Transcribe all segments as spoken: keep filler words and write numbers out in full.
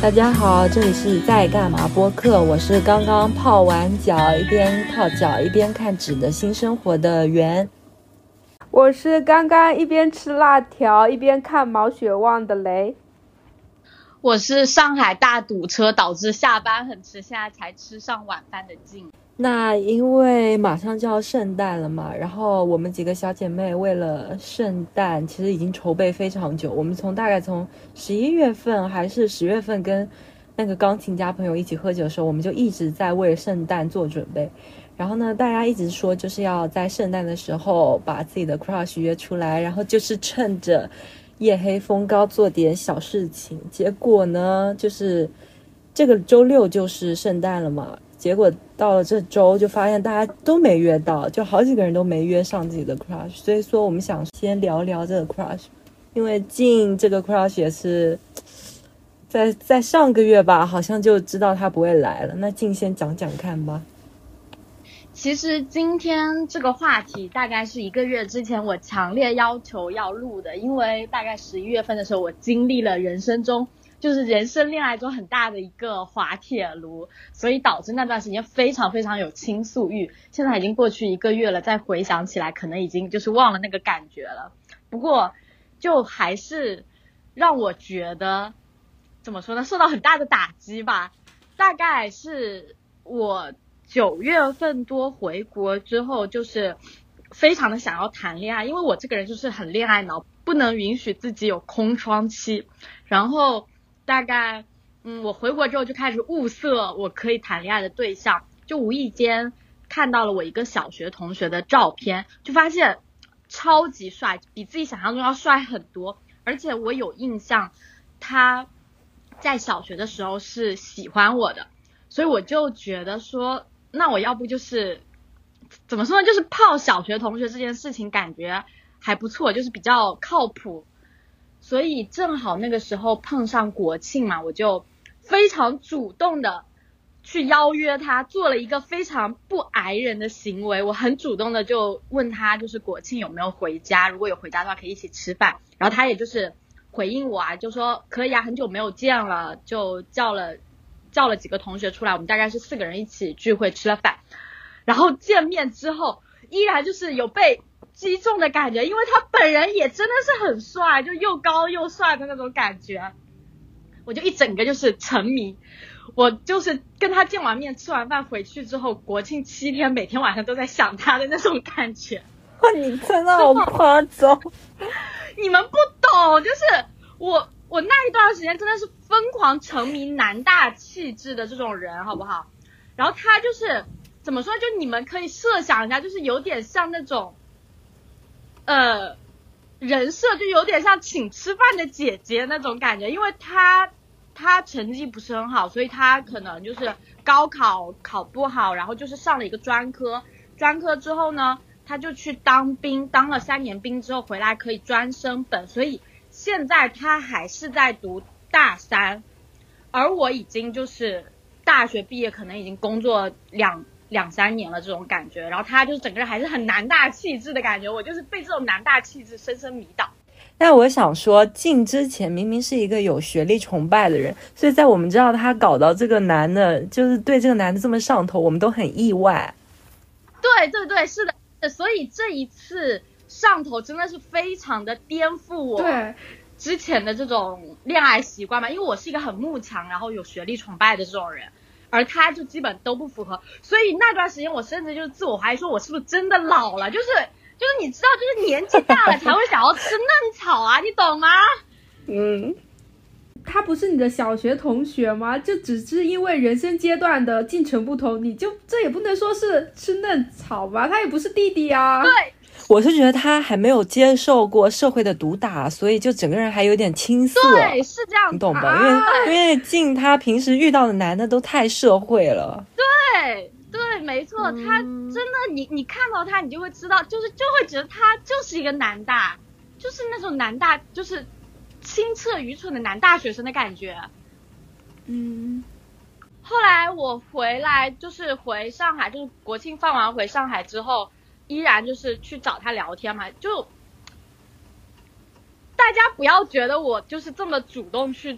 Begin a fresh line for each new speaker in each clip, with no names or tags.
大家好，这里是在干嘛播客，我是刚刚泡完脚，一边泡脚一边看纸的新生活的圆。
我是刚刚一边吃辣条一边看毛血旺的雷。
我是上海大堵车导致下班很迟，现在才吃上晚饭的静。
那因为马上就要圣诞了嘛，然后我们几个小姐妹为了圣诞其实已经筹备非常久，我们从大概从十一月份还是十月份跟那个钢琴家朋友一起喝酒的时候，我们就一直在为圣诞做准备。然后呢，大家一直说就是要在圣诞的时候把自己的 crush 约出来，然后就是趁着夜黑风高做点小事情。结果呢，就是这个周六就是圣诞了嘛，结果到了这周就发现大家都没约到，就好几个人都没约上自己的 crush。所以说我们想先聊聊这个 crush， 因为静这个 crush 也是在在上个月吧，好像就知道他不会来了。那静先讲讲看吧。
其实今天这个话题大概是一个月之前我强烈要求要录的，因为大概十一月份的时候我经历了人生中就是人生恋爱中很大的一个滑铁卢，所以导致那段时间非常非常有倾诉欲。现在已经过去一个月了，再回想起来可能已经就是忘了那个感觉了。不过就还是让我觉得怎么说呢，受到很大的打击吧。大概是我九月份多回国之后，就是非常的想要谈恋爱，因为我这个人就是很恋爱脑，不能允许自己有空窗期。然后大概嗯，我回国之后就开始物色我可以谈恋爱的对象，就无意间看到了我一个小学同学的照片，就发现超级帅，比自己想象中要帅很多。而且我有印象他在小学的时候是喜欢我的，所以我就觉得说那我要不就是怎么说呢，就是泡小学同学这件事情感觉还不错，就是比较靠谱。所以正好那个时候碰上国庆嘛，我就非常主动的去邀约他，做了一个非常不挨人的行为。我很主动的就问他就是国庆有没有回家，如果有回家的话可以一起吃饭。然后他也就是回应我啊，就说可以啊，很久没有见了，就叫了叫了几个同学出来，我们大概是四个人一起聚会吃了饭。然后见面之后依然就是有被击中的感觉，因为他本人也真的是很帅，就又高又帅的那种感觉。我就一整个就是沉迷，我就是跟他见完面吃完饭回去之后，国庆七天每天晚上都在想他的那种感觉。
你真的好夸张
你们不懂，就是我我那一段时间真的是疯狂沉迷男大气质的这种人，好不好？然后他就是怎么说，就你们可以设想一下，就是有点像那种呃人设，就有点像请吃饭的姐姐那种感觉。因为他他成绩不是很好，所以他可能就是高考考不好，然后就是上了一个专科，专科之后呢他就去当兵，当了三年兵之后回来可以专升本，所以现在他还是在读大三，而我已经就是大学毕业，可能已经工作两两三年了这种感觉。然后他就是整个人还是很男大气质的感觉，我就是被这种男大气质深深迷倒。
但我想说，静之前明明是一个有学历崇拜的人，所以在我们知道他搞到这个男的，就是对这个男的这么上头，我们都很意外。
对对对，是的。所以这一次上头真的是非常的颠覆我
对
之前的这种恋爱习惯吧，因为我是一个很慕强然后有学历崇拜的这种人，而他就基本都不符合。所以那段时间我甚至就是自我怀疑，说我是不是真的老了，就是就是你知道，就是年纪大了才会想要吃嫩草啊，你懂吗？
嗯，
他不是你的小学同学吗？就只是因为人生阶段的进程不同，你就这也不能说是吃嫩草吧，他也不是弟弟啊。
对，
我是觉得他还没有接受过社会的毒打，所以就整个人还有点青涩。
对，是这样子，
你懂吧？
啊、
因为因为静他平时遇到的男的都太社会了。
对对，没错，
嗯、
他真的，你你看到他，你就会知道，就是就会觉得他就是一个男大，就是那种男大，就是清澈愚蠢的男大学生的感觉。
嗯，
后来我回来，就是回上海，就是国庆放完回上海之后，依然就是去找他聊天嘛。就大家不要觉得我就是这么主动去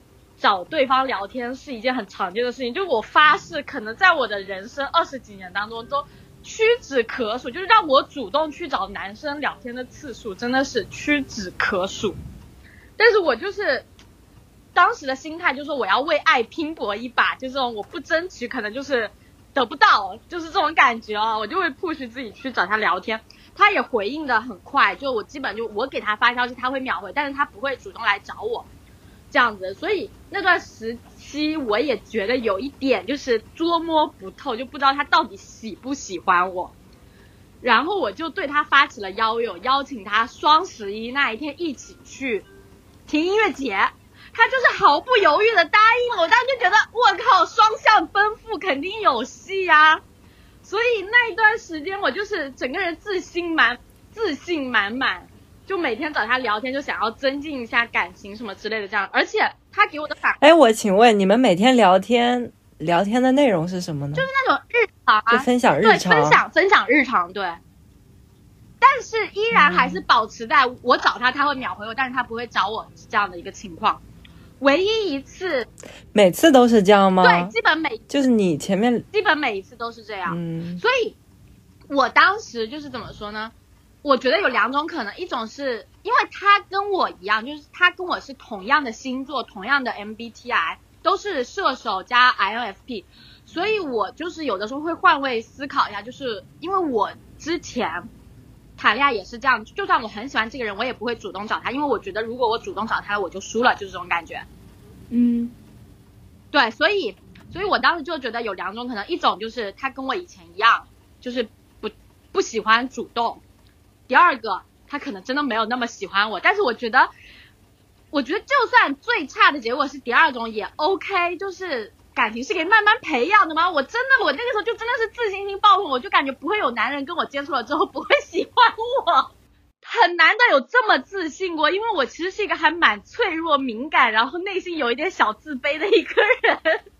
找对方聊天是一件很常见的事情，就我发誓可能在我的人生二十几年当中都屈指可数，就是让我主动去找男生聊天的次数真的是屈指可数。但是我就是当时的心态就是我要为爱拼搏一把，就这种我不争取可能就是得不到，就是这种感觉啊，我就会 push 自己去找他聊天。他也回应的很快，就我基本就我给他发消息他会秒回，但是他不会主动来找我这样子。所以那段时期我也觉得有一点就是捉摸不透，就不知道他到底喜不喜欢我。然后我就对他发起了邀约，邀请他双十一那一天一起去听音乐节，他就是毫不犹豫的答应了。我当时就觉得我靠，双向奔赴肯定有戏啊。所以那一段时间我就是整个人自信满自信满满，就每天找他聊天，就想要增进一下感情什么之类的这样。而且他给我的反
哎，我请问你们每天聊天聊天的内容是什么呢？
就是那种日常啊，
就分享日常，
对，分享分享日常，对。但是依然还是保持在我找他他会秒回我，但是他不会找我这样的一个情况。唯一一次，
每次都是这样吗？
对，基本每
就是你前面
基本每一次都是这样。
嗯，
所以我当时就是怎么说呢？我觉得有两种可能，一种是因为他跟我一样，就是他跟我是同样的星座，同样的 M B T I， 都是射手加 I N F P， 所以我就是有的时候会换位思考一下，就是因为我之前谈恋爱也是这样，就算我很喜欢这个人，我也不会主动找他，因为我觉得如果我主动找他了，我就输了，就是这种感觉。
嗯，
对，所以，所以我当时就觉得有两种可能，一种就是他跟我以前一样，就是不不喜欢主动；第二个，他可能真的没有那么喜欢我。但是我觉得，我觉得就算最差的结果是第二种也 OK， 就是感情是可以慢慢培养的嘛。我真的，我那个时候就真的是自信心爆棚，我就感觉不会有男人跟我接触了之后不会喜欢我。很难得有这么自信过，因为我其实是一个还蛮脆弱敏感，然后内心有一点小自卑的一个人。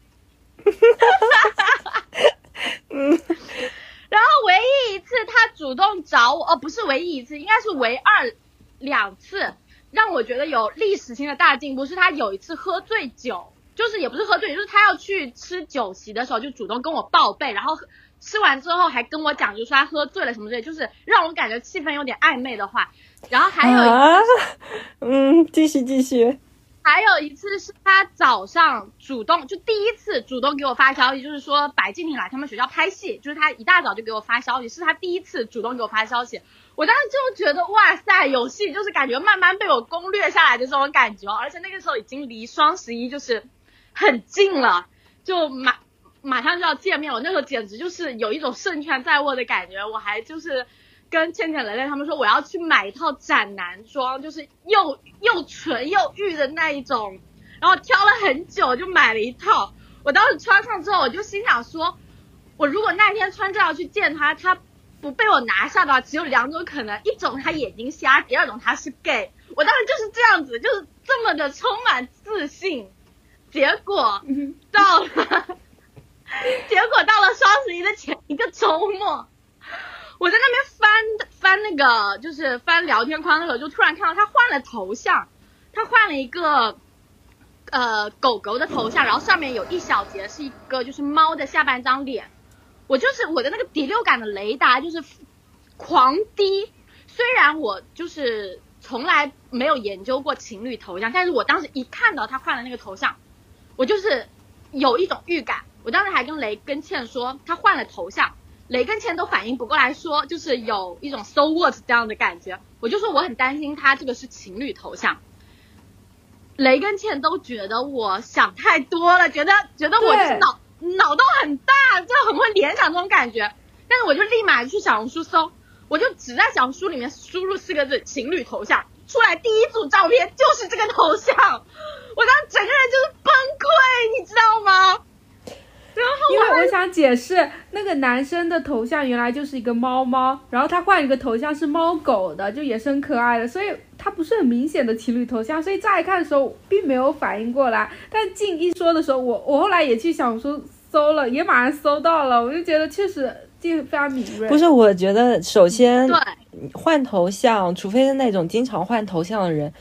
嗯，然后唯一一次他主动找我，哦，不是唯一一次，应该是唯二两次让我觉得有历史性的大进步，是他有一次喝醉酒，就是也不是喝醉酒，就是他要去吃酒席的时候就主动跟我报备，然后吃完之后还跟我讲，就说他喝醉了什么之类，就是让我感觉气氛有点暧昧的话。然后还有一次、啊、
嗯，继续继续。
还有一次是他早上主动，就第一次主动给我发消息，就是说白敬亭来他们学校拍戏，就是他一大早就给我发消息，是他第一次主动给我发消息。我当时就觉得哇塞有戏，就是感觉慢慢被我攻略下来的这种感觉，而且那个时候已经离双十一就是很近了，就马马上就要见面，我那时候简直就是有一种胜券在握的感觉。我还就是跟倩倩、雷雷他们说我要去买一套斩男装，就是又又纯又玉的那一种，然后挑了很久就买了一套。我当时穿上之后，我就心想说，我如果那天穿这样去见他，他不被我拿下的话，只有两种可能，一种他眼睛瞎，第二种他是 gay。我当时就是这样子，就是这么的充满自信。结果到了结果到了双十一的前一个周末，我在那边翻翻那个就是翻聊天框的时候，就突然看到他换了头像，他换了一个呃狗狗的头像，然后上面有一小节是一个就是猫的下半张脸。我就是我的那个第六感的雷达就是狂低，虽然我就是从来没有研究过情侣头像，但是我当时一看到他换了那个头像，我就是有一种预感。我当时还跟雷跟倩说他换了头像，雷跟倩都反应不过来，说就是有一种 so what 这样的感觉。我就说我很担心他这个是情侣头像，雷跟倩都觉得我想太多了，觉得觉得我就是脑脑洞很大，就很会联想这种感觉。但是我就立马去小红书搜，我就只在小红书里面输入四个字情侣头像，出来第一组照片就是这个头像，我当时整个人就是崩溃，你知道吗？然后
因为我想解释，那个男生的头像原来就是一个猫猫，然后他换一个头像是猫狗的，就也是很可爱的，所以他不是很明显的情侣头像，所以乍一看的时候并没有反应过来。但静一说的时候，我我后来也去小红书搜了，也马上搜到了，我就觉得确实静非常敏锐。
不是，我觉得首先
对
换头像，除非是那种经常换头像的人，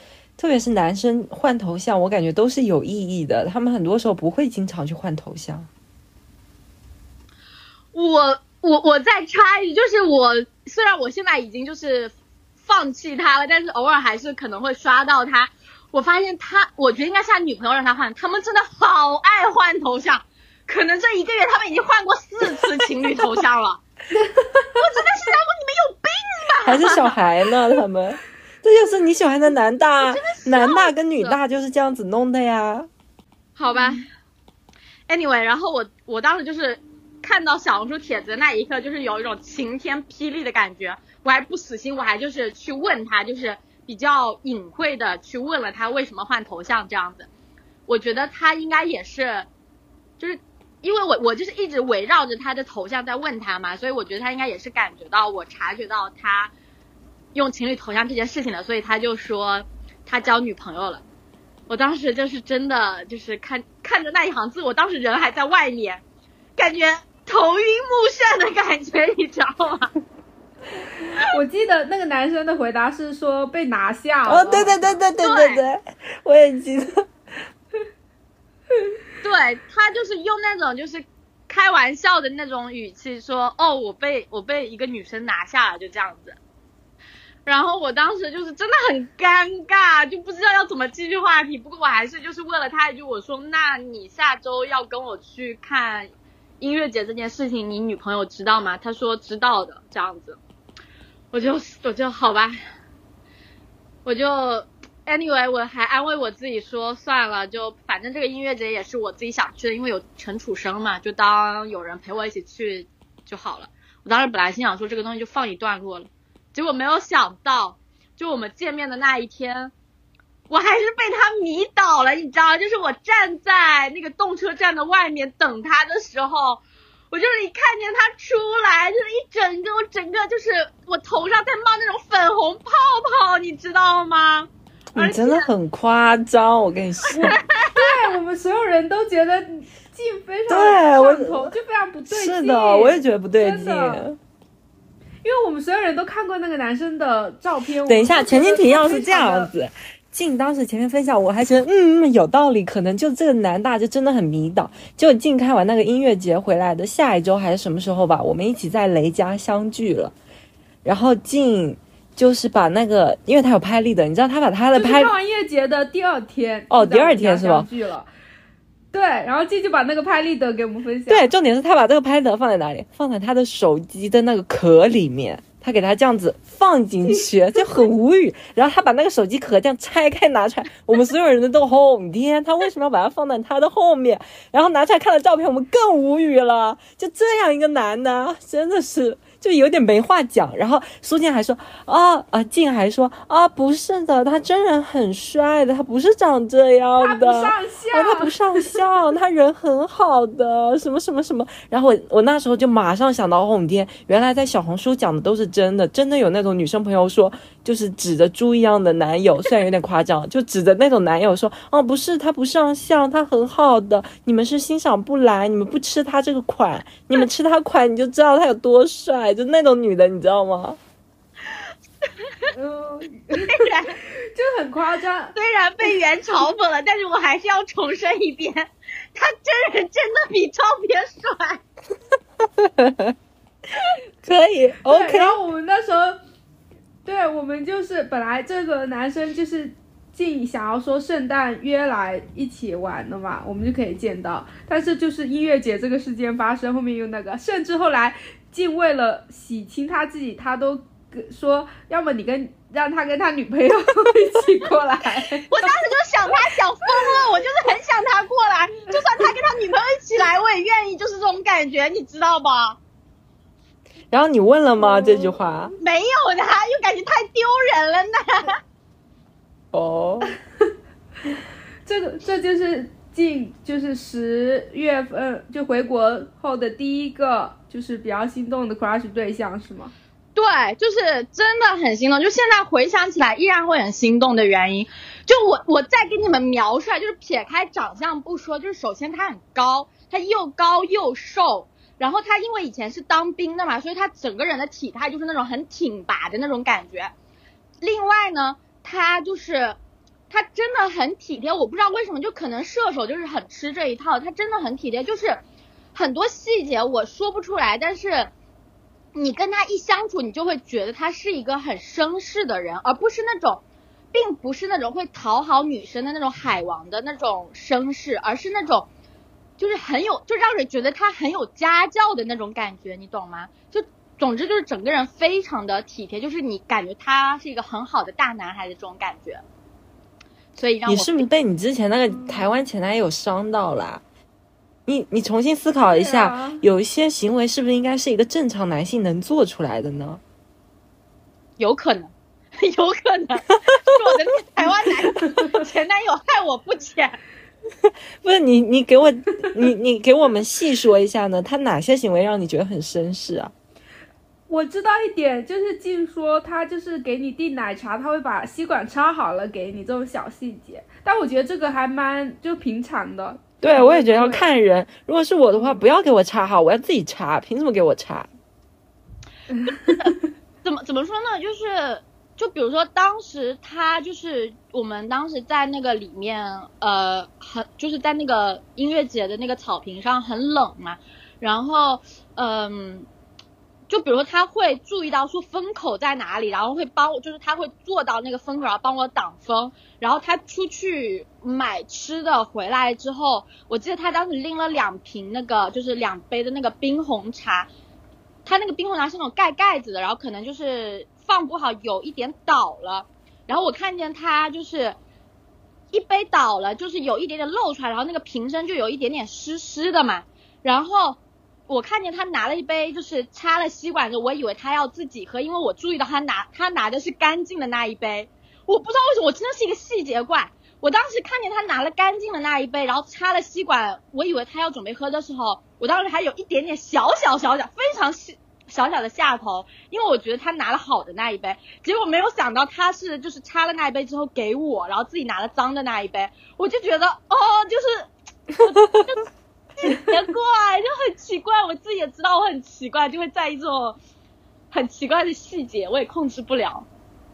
特别是男生换头像，我感觉都是有意义的，他们很多时候不会经常去换头像。
我我我再插一句，就是我虽然我现在已经就是放弃他了，但是偶尔还是可能会刷到他。我发现他，我觉得应该是他女朋友让他换，他们真的好爱换头像，可能这一个月他们已经换过四次情侣头像了。我真的是想说你们有病吧？
还是小孩呢？他们，这就是你喜欢的男大，男大跟女大就是这样子弄的呀。
好吧 ，anyway， 然后我我当时就是看到小红书帖子的那一刻，就是有一种晴天霹雳的感觉。我还不死心，我还就是去问他，就是比较隐晦的去问了他为什么换头像这样子。我觉得他应该也是，就是因为我我就是一直围绕着他的头像在问他嘛，所以我觉得他应该也是感觉到我察觉到他用情侣头像这件事情了，所以他就说他交女朋友了。我当时就是真的就是看看着那一行字，我当时人还在外面，感觉头晕目眩的感觉，你知道吗？
我记得那个男生的回答是说被拿下了。
哦，对对对对对对对，我也记得。
对，他就是用那种就是开玩笑的那种语气说，哦，我被我被一个女生拿下了，就这样子。然后我当时就是真的很尴尬，就不知道要怎么继续话题。不过我还是就是问了他一句，我说那你下周要跟我去看音乐节这件事情，你女朋友知道吗？他说知道的，这样子。我就我就好吧，我就 anyway 我还安慰我自己说算了，就反正这个音乐节也是我自己想去的，因为有陈楚生嘛，就当有人陪我一起去就好了。我当时本来心想说这个东西就放一段落了，结果没有想到就我们见面的那一天，我还是被他迷倒了，你知道，就是我站在那个动车站的外面等他的时候，我就是一看见他出来，就是一整个我整个就是我头上在冒那种粉红泡泡，你知道吗？
你真的很夸张，我跟你说。
对，我们所有人都觉得劲非常上头，就非常不对劲。
是的，我也觉得不对劲。
因为我们所有人都看过那个男生的照片。
等一下，前提提要是这样子。静当时前面分享，我还觉得嗯嗯有道理，可能就这个男大就真的很迷倒。结果静开完那个音乐节回来的下一周还是什么时候吧，我们一起在雷家相聚了。然后静就是把那个，因为他有拍立得，你知道他把他的拍，
就是看完音乐节的第二天
哦，第二天是吧？
相聚了。对，然后静就把那个拍立得给我们分享。
对，重点是他把这个拍立得放在哪里？放在他的手机的那个壳里面。他给他这样子放进去，就很无语。然后他把那个手机壳这样拆开拿出来，我们所有人都哄天，他为什么要把它放在他的后面？然后拿出来看了照片，我们更无语了。就这样一个男的，真的是就有点没话讲。然后苏静还说啊啊，静还说啊，不是的，他真人很帅的，他不是长这样的，
他不上相，
啊、他不上相，他人很好的，什么什么什么。然后我我那时候就马上想到哄天，原来在小红书讲的都是真的，真的有那种女生朋友说，就是指着猪一样的男友，虽然有点夸张，就指着那种男友说，哦，不是，他不上相，他很好的，你们是欣赏不来，你们不吃他这个款，你们吃他款，你就知道他有多帅，就那种女的，你知道吗？
嗯，虽然就很夸张，
虽然被原嘲讽了，但是我还是要重申一遍，他真人真的比照片帅。
可以 ，OK。
然后我们那时候，对我们就是本来这个男生就是静想要说圣诞约来一起玩的嘛，我们就可以见到。但是就是音乐节这个事件发生，后面又那个，甚至后来静为了洗清他自己，他都说，要么你跟让他跟他女朋友一起过来。
我当时就想他想疯了，我就是很想他过来，就算他跟他女朋友一起来，我也愿意，就是这种感觉，你知道吧？
然后你问了吗？哦、这句话
没有的，又感觉太丢人了呢。
哦，
这个这就是进就是十月份就回国后的第一个就是比较心动的 crush 对象是吗？
对，就是真的很心动，就现在回想起来依然会很心动的原因，就我我再给你们描出来，就是撇开长相不说，就是首先他很高，他又高又瘦。然后他因为以前是当兵的嘛，所以他整个人的体态就是那种很挺拔的那种感觉。另外呢，他就是他真的很体贴，我不知道为什么，就可能射手就是很吃这一套，他真的很体贴，就是很多细节我说不出来，但是你跟他一相处，你就会觉得他是一个很绅士的人，而不是那种并不是那种会讨好女生的那种海王的那种绅士，而是那种就是很有，就让人觉得他很有家教的那种感觉，你懂吗？就总之就是整个人非常的体贴，就是你感觉他是一个很好的大男孩的这种感觉。所以让我
你是不是被你之前那个台湾前男友伤到了、啊？你你重新思考一下、啊，有一些行为是不是应该是一个正常男性能做出来的呢？
有可能，有可能是我的台湾男前男友害我不浅。
不是你，你给我，你你给我们细说一下呢？他哪些行为让你觉得很绅士啊？
我知道一点，就是静说他就是给你递奶茶，他会把吸管插好了给你，这种小细节。但我觉得这个还蛮就平常的。
对，我也觉得要看人。如果是我的话，不要给我插好，我要自己插，凭什么给我插？
怎么怎么说呢？就是就比如说当时他就是我们当时在那个里面，呃，很就是在那个音乐节的那个草坪上很冷嘛，然后嗯。就比如说他会注意到说风口在哪里，然后会帮我，就是他会坐到那个风口然后帮我挡风，然后他出去买吃的回来之后，我记得他当时拎了两瓶那个就是两杯的那个冰红茶，他那个冰红茶是那种盖盖子的，然后可能就是放不好有一点倒了，然后我看见他就是一杯倒了，就是有一点点漏出来，然后那个瓶身就有一点点湿湿的嘛，然后我看见他拿了一杯就是插了吸管的，我以为他要自己喝，因为我注意到他拿他拿的是干净的那一杯，我不知道为什么，我真的是一个细节怪，我当时看见他拿了干净的那一杯，然后插了吸管，我以为他要准备喝的时候，我当时还有一点点小小小小非常细小小的下头，因为我觉得他拿了好的那一杯，结果没有想到他是就是插了那一杯之后给我，然后自己拿了脏的那一杯，我就觉得哦就是就奇怪，就很奇怪，我自己也知道我很奇怪，就会在意这种很奇怪的细节，我也控制不了。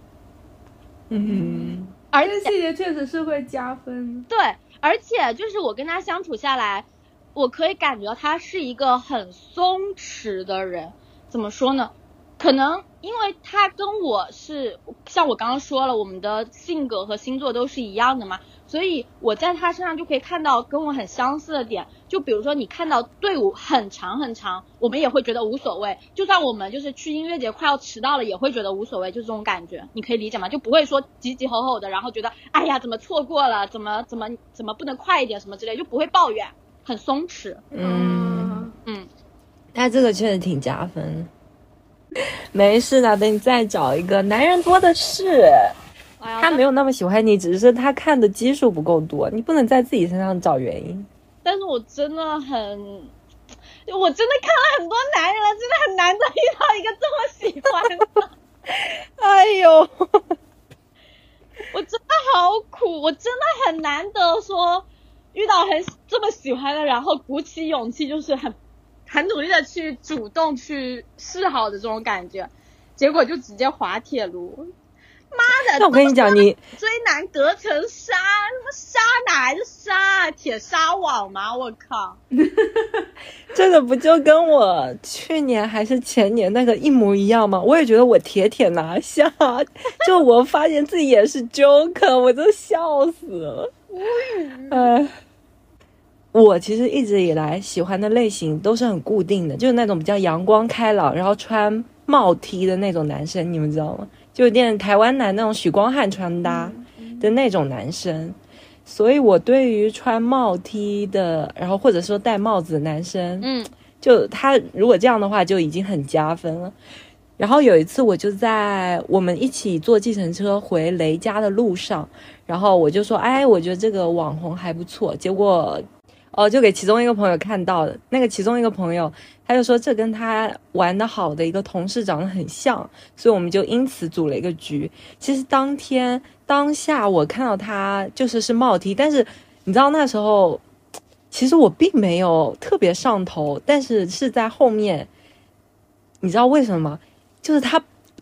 嗯，而且细节确实是会加分。
对，而且就是我跟他相处下来，我可以感觉到他是一个很松弛的人。怎么说呢？可能因为他跟我是像我刚刚说了，我们的性格和星座都是一样的嘛，所以我在他身上就可以看到跟我很相似的点。就比如说你看到队伍很长很长，我们也会觉得无所谓，就算我们就是去音乐节快要迟到了也会觉得无所谓，就这种感觉，你可以理解吗？就不会说急急吼吼的，然后觉得哎呀怎么错过了，怎么怎么怎么不能快一点什么之类，就不会抱怨，很松弛。
嗯
嗯，
他这个确实挺加分。没事的，等你再找一个，男人多的是。
哎、
他没有那么喜欢你，只是他看的基数不够多，你不能在自己身上找原因。
但是我真的很，我真的看了很多男人了，真的很难得遇到一个这么喜欢的。
哎呦，
我真的好苦，我真的很难得说遇到很这么喜欢的，然后鼓起勇气，就是很很努力的去主动去示好的这种感觉，结果就直接滑铁卢。妈的！
那我跟你讲，你
追男隔层纱，什么纱哪来的纱？铁纱网吗？我靠！
这个不就跟我去年还是前年那个一模一样吗？我也觉得我铁铁拿下，就我发现自己也是 Joker， 我都笑死了。
无语。
呃，我其实一直以来喜欢的类型都是很固定的，就是那种比较阳光开朗，然后穿帽 T 的那种男生，你们知道吗？就有点台湾男那种许光汉穿搭的那种男生，所以我对于穿帽 T 的，然后或者说戴帽子的男生，
嗯，
就他如果这样的话就已经很加分了。然后有一次我就在我们一起坐计程车回雷家的路上，然后我就说，哎，我觉得这个网红还不错，结果哦，就给其中一个朋友看到的，那个其中一个朋友他就说这跟他玩得好的一个同事长得很像，所以我们就因此组了一个局。其实当天当下我看到他就是是帽 T， 但是你知道那时候其实我并没有特别上头，但是是在后面，你知道为什么吗？就是他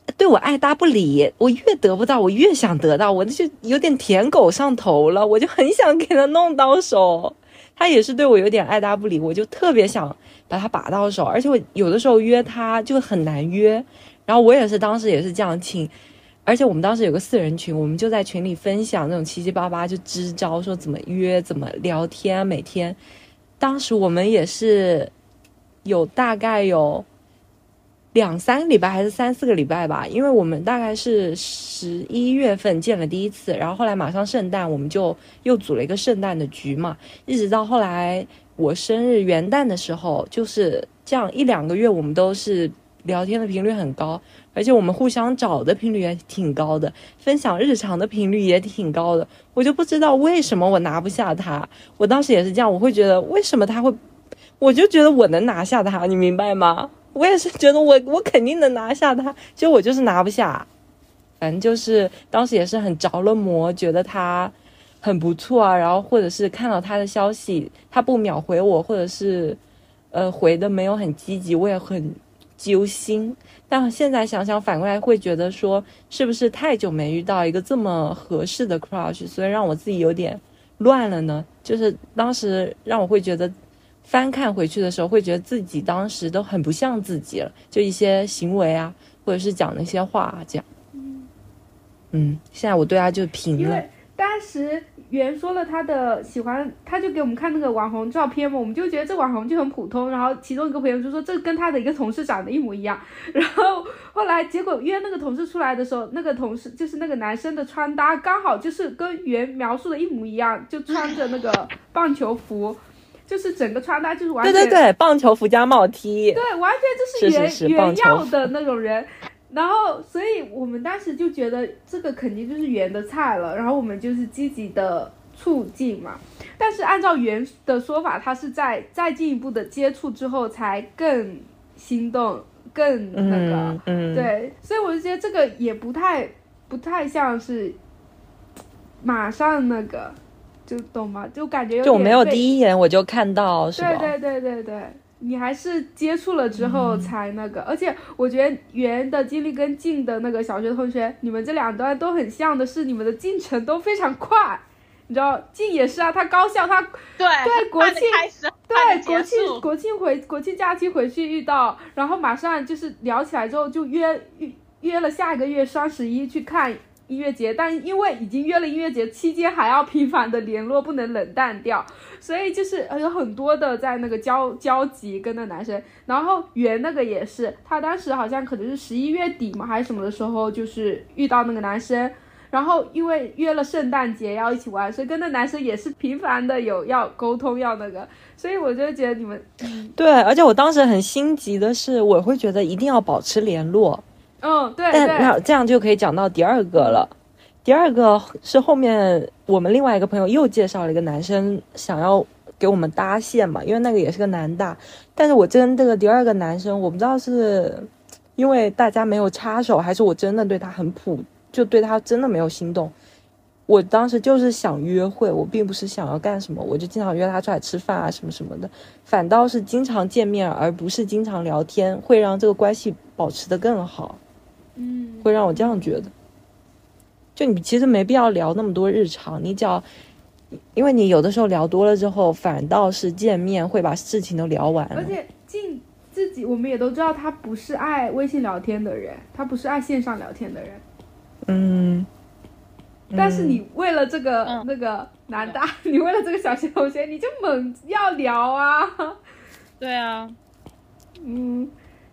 对我爱答不理，我越得不到我越想得到，我就有点舔狗上头了，我就很想给他弄到手。他也是对我有点爱答不理，我就特别想把他把到手，而且我有的时候约他就很难约，然后我也是当时也是这样请，而且我们当时有个四人群，我们就在群里分享那种七七八八就支招，说怎么约怎么聊天，每天当时我们也是有大概有两三个礼拜还是三四个礼拜吧，因为我们大概是十一月份见了第一次，然后后来马上圣诞我们就又组了一个圣诞的局嘛，一直到后来我生日元旦的时候，就是这样一两个月我们都是聊天的频率很高，而且我们互相找的频率也挺高的，分享日常的频率也挺高的。我就不知道为什么我拿不下他，我当时也是这样，我会觉得为什么他会，我就觉得我能拿下他，你明白吗？我也是觉得我我肯定能拿下他，其实我就是拿不下。反正就是当时也是很着了魔，觉得他很不错啊，然后或者是看到他的消息他不秒回我，或者是呃回的没有很积极，我也很揪心。但现在想想反过来会觉得说，是不是太久没遇到一个这么合适的 crush， 所以让我自己有点乱了呢？就是当时让我会觉得翻看回去的时候会觉得自己当时都很不像自己了，就一些行为啊或者是讲那些话啊这样。嗯，现在我对他就平了。
因为当时袁说了他的喜欢，他就给我们看那个网红照片嘛，我们就觉得这网红就很普通，然后其中一个朋友就说这跟他的一个同事长得一模一样，然后后来结果约那个同事出来的时候，那个同事就是那个男生的穿搭刚好就是跟袁描述的一模一样，就穿着那个棒球服，就是整个穿搭就是完全
对对对，棒球服加帽 T，
对，完全就是袁
是是是
袁要的那种人。然后所以我们当时就觉得这个肯定就是袁的菜了，然后我们就是积极的促进嘛。但是按照袁的说法，他是在再进一步的接触之后才更心动，更那个、
嗯嗯、
对，所以我就觉得这个也不太不太像是马上那个，就懂吗？就感觉有点
就我没有第一眼我就看到，是吧？
对对对对对，你还是接触了之后才那个、嗯、而且我觉得袁的经历跟静的那个小学同学，你们这两段都很像的是你们的进程都非常快，你知道静也是啊，他高校他
对
对国庆对国
庆
国庆回国庆假期回去遇到，然后马上就是聊起来之后就约约约了下个月双十一去看音乐节，但因为已经约了音乐节期间还要频繁的联络，不能冷淡掉，所以就是有很多的在那个交交集跟那男生。然后袁那个也是，他当时好像可能是十一月底嘛还是什么的时候，就是遇到那个男生，然后因为约了圣诞节要一起玩，所以跟那男生也是频繁的有要沟通要那个，所以我就觉得你们、嗯、
对，而且我当时很心急的是，我会觉得一定要保持联络。
嗯，对，
但这样就可以讲到第二个了。第二个是后面我们另外一个朋友又介绍了一个男生想要给我们搭线嘛，因为那个也是个男大，但是我跟这个第二个男生，我不知道是因为大家没有插手，还是我真的对他很普，就对他真的没有心动。我当时就是想约会，我并不是想要干什么，我就经常约他出来吃饭啊什么什么的，反倒是经常见面而不是经常聊天，会让这个关系保持得更好。
嗯，
会让我这样觉得，就你其实没必要聊那么多日常，你只要，因为你有的时候聊多了之后，反倒是见面会把事情都聊完了。
而且静自己我们也都知道，他不是爱微信聊天的人，他不是爱线上聊天的人。
嗯，
但是你为了这个、
嗯、
那个男大、嗯，你为了这个小学同学，你就猛要聊啊。
对啊，
嗯。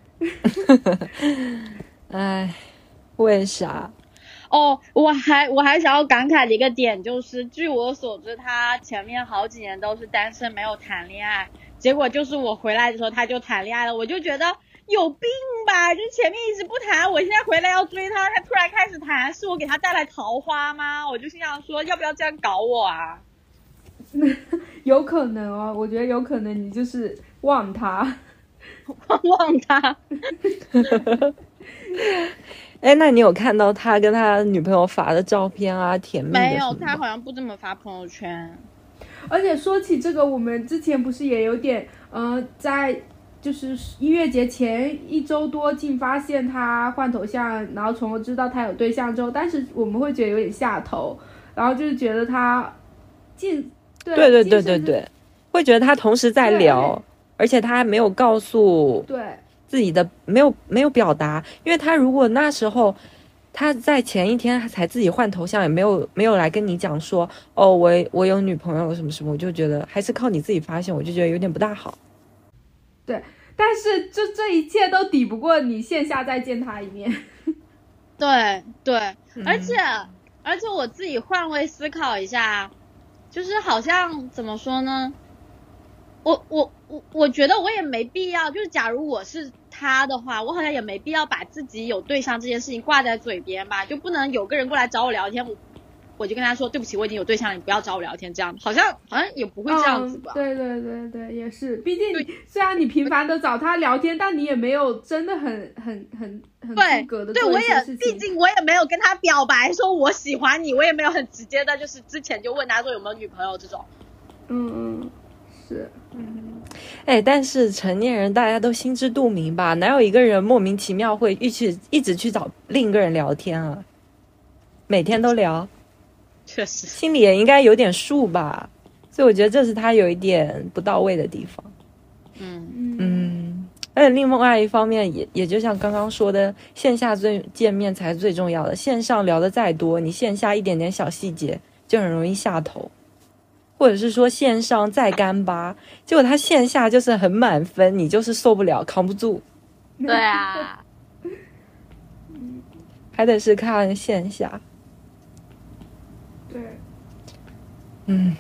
唉，为啥？
哦，我还我还想要感慨的一个点就是，据我所知，他前面好几年都是单身，没有谈恋爱。结果就是我回来的时候他就谈恋爱了，我就觉得有病吧，就前面一直不谈，我现在回来要追他，他突然开始谈，是我给他带来桃花吗？我就心想说，要不要这样搞我啊？
有可能哦，我觉得有可能你就是忘他。
忘他。
哎，那你有看到他跟他女朋友发的照片啊，甜蜜的？
没有，他好像不怎么发朋友圈。
而且说起这个，我们之前不是也有点呃，在就是音乐节前一周多竟发现他换头像，然后从而知道他有对象之后，但是我们会觉得有点下头，然后就是觉得他进对
对对对对对，会觉得他同时在聊，而且他还没有告诉
对
自己的，没有没有表达，因为他如果那时候他在前一天才自己换头像，也没有没有来跟你讲说哦我我有女朋友什么什么，我就觉得还是靠你自己发现，我就觉得有点不大好。
对，但是这这一切都抵不过你线下再见他一面。
对对、
嗯，
而且而且我自己换位思考一下，就是好像怎么说呢，我我我我觉得我也没必要，就是假如我是他的话，我好像也没必要把自己有对象这件事情挂在嘴边吧，就不能有个人过来找我聊天，我我就跟他说对不起，我已经有对象了，你不要找我聊天，这样好像好像也不会这样子吧、
嗯、对对对对，也是，毕竟虽然你频繁的找他聊天，但你也没有真的很很很很出格的做一些事情。
对，对，我也毕竟我也没有跟他表白说我喜欢你，我也没有很直接的，就是之前就问他说有没有女朋友这种。
嗯嗯，是，嗯，
哎，但是成年人大家都心知肚明吧，哪有一个人莫名其妙会一直一直去找另一个人聊天啊？每天都聊。
确实
心里也应该有点数吧，所以我觉得这是他有一点不到位的地方。
嗯
嗯，而且另外一方面也也就像刚刚说的，线下最见面才是最重要的，线上聊的再多，你线下一点点小细节就很容易下头，或者是说线上再干巴，结果他线下就是很满分，你就是受不了扛不住。
对啊
还得是看线下。
对，
嗯，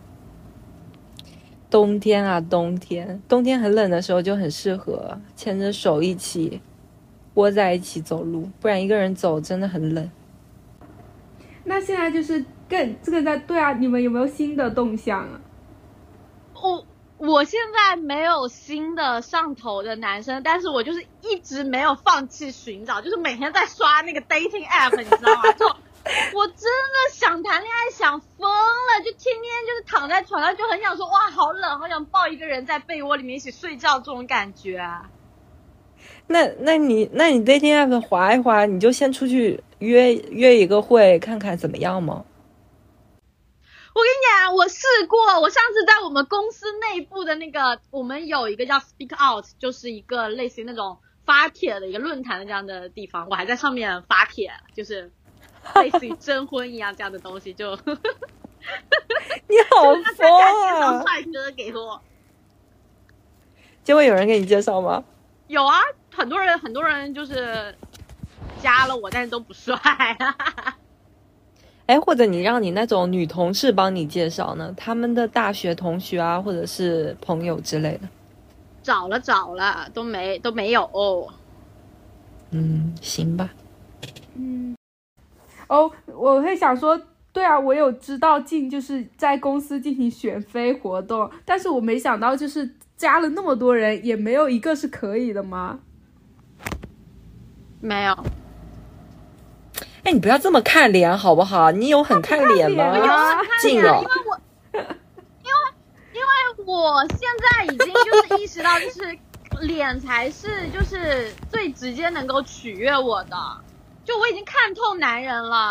冬天啊，冬天，冬天很冷的时候就很适合牵着手一起窝在一起走路，不然一个人走真的很冷。
那现在就是更这个在对啊，你们有没有新的动向啊？
我我现在没有新的上头的男生，但是我就是一直没有放弃寻找，就是每天在刷那个 dating app， 你知道吗？就我真的想谈恋爱想疯了，就天天就是躺在床上就很想说哇好冷，好想抱一个人在被窝里面一起睡觉这种感觉啊。
那那你那你 dating app 滑一滑，你就先出去约约一个会看看怎么样吗？
我跟你讲，我试过，我上次在我们公司内部的那个，我们有一个叫 Speak Out， 就是一个类似于那种发帖的一个论坛的这样的地方，我还在上面发帖，就是类似于征婚一样这样的东西，就
你好疯
介绍
啊！
帅哥给我，
结果有人给你介绍吗？
有啊，很多人很多人就是加了我，但是都不帅啊。
哎，或者你让你那种女同事帮你介绍呢？他们的大学同学啊，或者是朋友之类的。
找了找了，都没都没有、哦。
嗯，行吧。
嗯，哦，我会想说，对啊，我有知道进就是在公司进行选妃活动，但是我没想到就是加了那么多人，也没有一个是可以的吗？
没有。
哎，你不要这么看脸好不好？你有很看脸吗？近了。
因为我，因为因为我现在已经就是意识到，就是脸才是就是最直接能够取悦我的，就我已经看透男人了。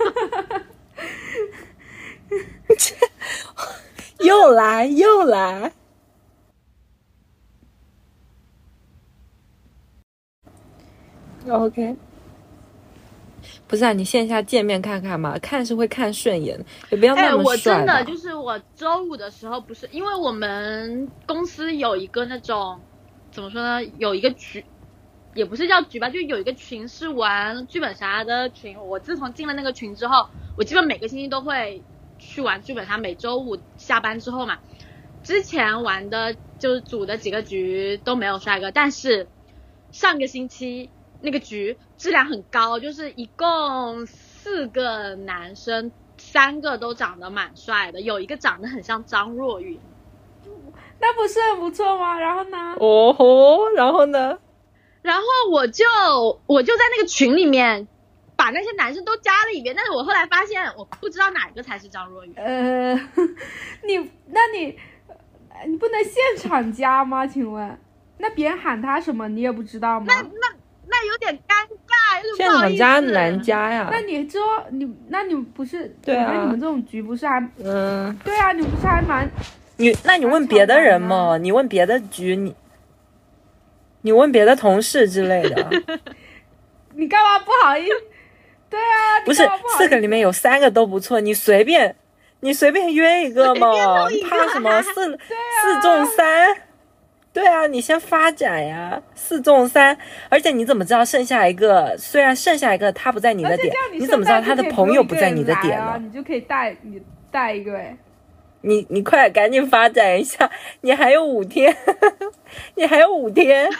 又来又来。OK。不是啊，你线下见面看看嘛，看是会看顺眼，也不要那么帅吧。
哎，我真的就是我周五的时候不是，因为我们公司有一个那种怎么说呢，有一个局，也不是叫局吧，就有一个群是玩剧本杀的群。我自从进了那个群之后，我基本每个星期都会去玩剧本杀，每周五下班之后嘛。之前玩的就是组的几个局都没有帅哥，但是上个星期那个局质量很高，就是一共四个男生，三个都长得蛮帅的，有一个长得很像张若昀。
那不是很不错吗？然后呢？
哦吼，然后呢？
然后我就我就在那个群里面把那些男生都加了一遍，但是我后来发现我不知道哪个才是张若昀。
呃，你那你你不能现场加吗？请问？ 那别人喊他什么你也不知道吗？
那那那有点尴尬，就是
现场加男加呀。
那你之后你那你不是
对啊？
我觉得你们这种局不是还
嗯？
对啊，你不是还蛮
你那你问别的人嘛，你问别的局，你你问别的同事之类的。
你干嘛不好意思？对啊，
不是四个里面有三个都不错，你随便你随便约一个嘛，怕什么？四、啊、四中三，对啊，你先发展呀，四中三，而且你怎么知道剩下一个？虽然剩下一个他不在你的点，
你
你怎么知道他的朋友不在你的点呢？
你就可以带你带一个哎。
你你快赶紧发展一下，你还有五天，你还有五天。
哦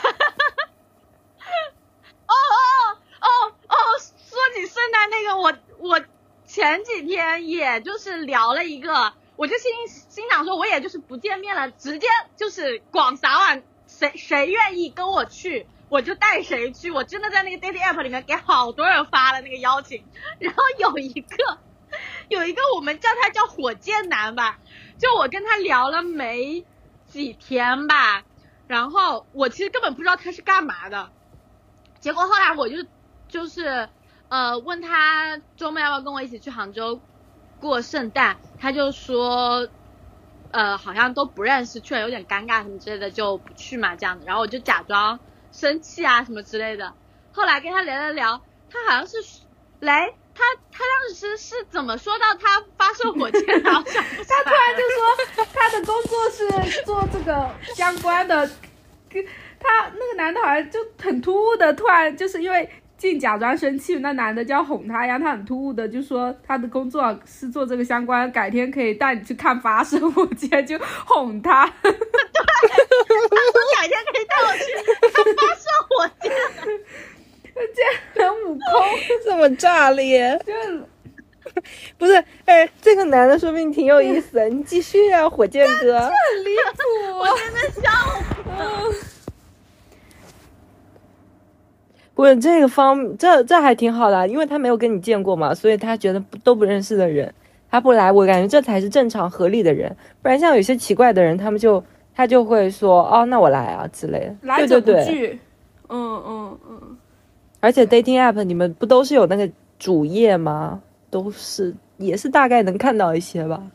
哦哦哦！说起圣诞那个，我我前几天也就是聊了一个，我就心心想说，我也就是不见面了，直接就是广撒网，谁谁愿意跟我去，我就带谁去。我真的在那个 dating app 里面给好多人发了那个邀请，然后有一个有一个我们叫他叫火箭男吧。就我跟他聊了没几天吧，然后我其实根本不知道他是干嘛的，结果后来我就就是呃问他周末要不要跟我一起去杭州过圣诞，他就说呃好像都不认识，去了有点尴尬什么之类的就不去嘛这样的，然后我就假装生气啊什么之类的，后来跟他聊聊聊，他好像是来他他当时是怎么说到他发射火箭然后想不起来
他突然就说他的工作是做这个相关的，他那个男的好像就很突兀的，突然就是因为静假装生气，那男的就要哄他一样，他很突兀的就说他的工作是做这个相关，改天可以带你去看发射火箭，就哄他。
对，他说改天可以带我去看发射火箭。
这很悟空，
这么炸裂，
就
不是？哎，这个男的说不定挺有意思的，你继续啊，火箭哥。
这很离谱，
我真的笑死。
不是这个方，这这还挺好的，因为他没有跟你见过嘛，所以他觉得都不认识的人，他不来，我感觉这才是正常合理的人，不然像有些奇怪的人，他们就他就会说哦，那我来啊之类的，
来者不拒。
对对对，
嗯嗯嗯。
而且 dating app 你们不都是有那个主页吗？都是也是大概能看到一些吧。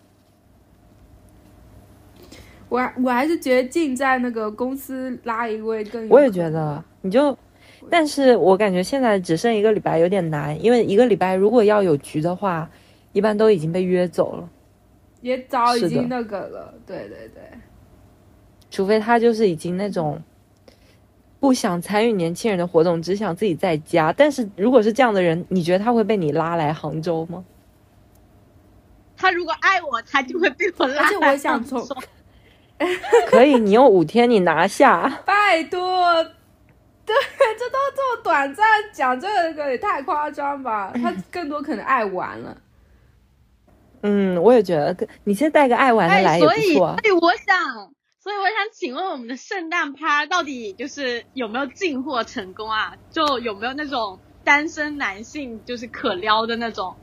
我我还是觉得静在那个公司拉一位更有。
我也觉得，你就，但是我感觉现在只剩一个礼拜有点难，因为一个礼拜如果要有局的话，一般都已经被约走了，
也早已经那个了，对对对。
除非他就是已经那种。不想参与年轻人的活动，只想自己在家。但是如果是这样的人，你觉得他会被你拉来杭州吗？
他如果爱我，他就会被我拉来杭州。
而且我想从
可以，你用五天你拿下。
拜托，对，这都这么短暂，讲这个也太夸张吧？他更多可能爱玩了。
嗯，我也觉得，你先带个爱玩的来也不错。
哎，所以，所以我想。所以我想请问我们的圣诞趴到底就是有没有进货成功啊？就有没有那种单身男性就是可撩的那种？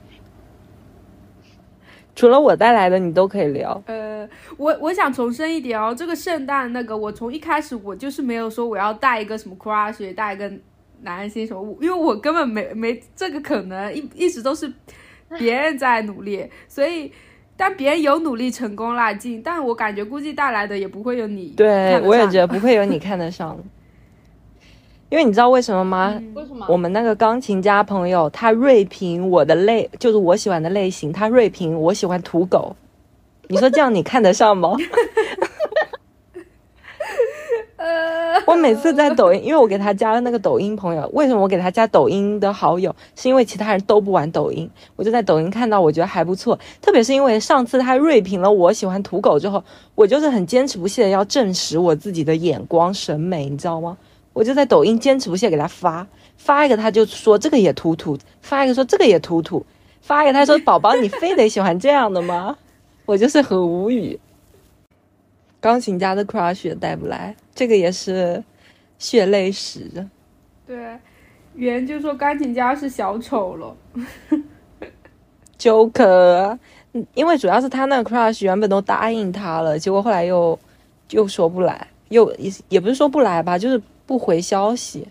除了我带来的你都可以聊。
呃，我我想重申一点哦，这个圣诞那个我从一开始我就是没有说我要带一个什么 crush 带一个男性什么，因为我根本没没这个可能，一一直都是别人在努力，所以。但别人有努力成功啦，进，但我感觉估计带来的也不会有你。
对，我也觉得不会有你看得上。因为你知道为什么吗？
为什么？
我们那个钢琴家朋友，他锐评我的类，就是我喜欢的类型，他锐评我喜欢土狗。你说这样你看得上吗？
呃，
我每次在抖音，因为我给他加了那个抖音朋友，为什么我给他加抖音的好友？是因为其他人都不玩抖音，我就在抖音看到，我觉得还不错。特别是因为上次他锐评了我喜欢土狗之后，我就是很坚持不懈的要证实我自己的眼光审美，你知道吗？我就在抖音坚持不懈给他发，发一个他就说这个也土土，发一个说这个也土土，发一个他说宝宝你非得喜欢这样的吗？我就是很无语。钢琴家的 crush 也带不来，这个也是血泪史。
对，圆就说钢琴家是小丑了。
Joker， 因为主要是他那个 crush 原本都答应他了，结果后来又又说不来。 又也也不是说不来吧，就是不回消息。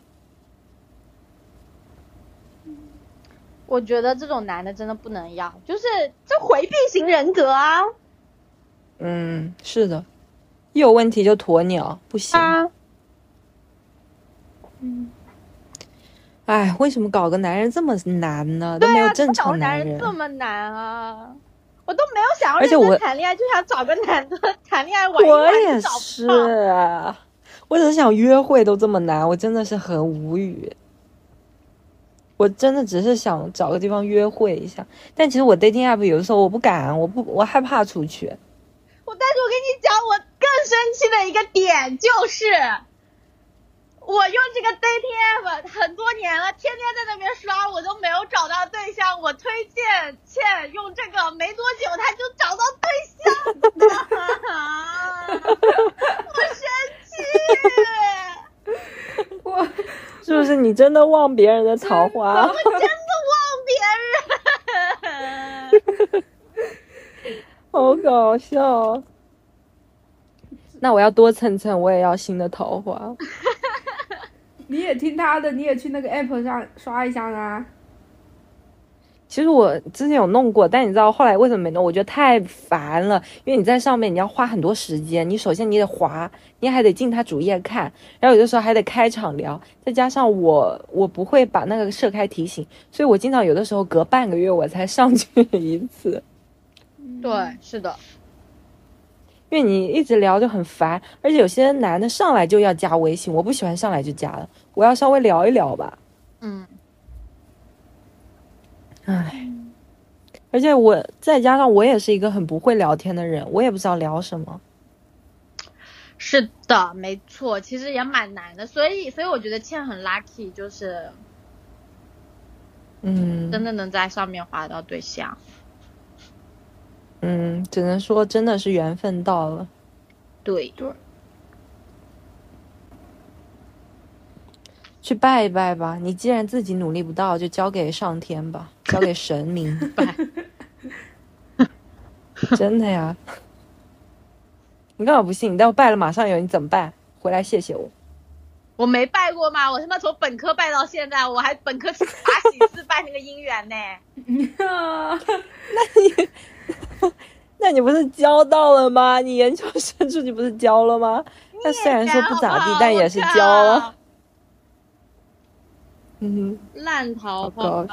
我觉得这种男的真的不能要，就是这回避型人格啊。
嗯，是的，一有问题就鸵鸟，不行。
啊，
嗯，哎，为什么搞个男人这么难呢？都没有正常
男
人。
对啊，搞个男人这么难啊！我都没有想要
认真
谈恋爱，就想找个男的谈恋爱玩一玩。
我也是啊，我只是想约会都这么难，我真的是很无语。我真的只是想找个地方约会一下，但其实我 dating app 有的时候我不敢，我不我害怕出去。
我但是我跟你讲，我更生气的一个点就是，我用这个 dating app 很多年了，天天在那边刷，我都没有找到对象。我推荐倩用这个，没多久他就找到对象了，我生气。
我
是不是你真的忘别人的桃花？
我真的忘别人。
好搞笑。那我要多蹭蹭，我也要新的桃花。
你也听他的，你也去那个 app 上刷一下啊。
其实我之前有弄过，但你知道后来为什么没弄？我觉得太烦了，因为你在上面你要花很多时间，你首先你得滑，你还得进他主页看，然后有的时候还得开场聊，再加上我我不会把那个设开提醒，所以我经常有的时候隔半个月我才上去一次。
对，是的，
因为你一直聊就很烦，而且有些男的上来就要加微信，我不喜欢上来就加的，我要稍微聊一聊吧。
嗯。
唉，而且我再加上我也是一个很不会聊天的人，我也不知道聊什么。
是的，没错，其实也蛮难的，所以所以我觉得倩很 lucky，就是，
嗯，
真的能在上面滑到对象。
嗯，只能说真的是缘分到了。
对
对。
去拜一拜吧，你既然自己努力不到，就交给上天吧，交给神明
拜。
真的呀，你干嘛不信？你待会拜了马上有，你怎么办？回来谢谢我。
我没拜过吗？我他妈从本科拜到现在，我还本科法喜寺拜那个姻缘呢。
那你那你不是交到了吗？你研究生出去不是交了吗？那虽然说不咋地，但也是交了。嗯，
烂桃花。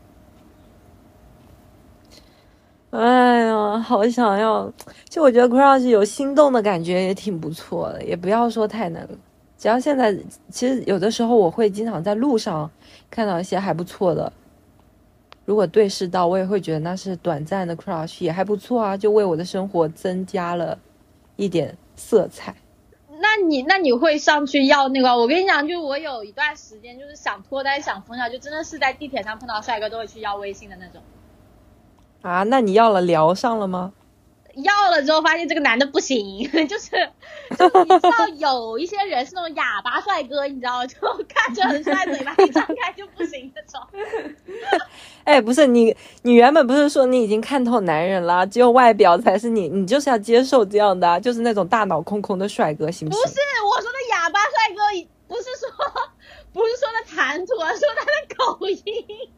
哎呀，好想要！就我觉得 crush 有心动的感觉也挺不错的，也不要说太难了。只要现在，其实有的时候我会经常在路上看到一些还不错的，如果对视到，我也会觉得那是短暂的 crush， 也还不错啊，就为我的生活增加了一点色彩。
那你那你会上去要那个？我跟你讲，就我有一段时间就是想脱单想疯掉，就真的是在地铁上碰到帅哥都会去要微信的那种。
啊，那你要了聊上了吗？
要了之后发现这个男的不行，就是就是你知道有一些人是那种哑巴帅哥，你知道就看着很帅，嘴巴一张开就不行那种。
哎，不是你，你原本不是说你已经看透男人了，只有外表才是你，你就是要接受这样的、啊，就是那种大脑空空的帅哥，行不行？
不是我说的哑巴帅哥，不是说不是说的谈吐，而是说他的口音。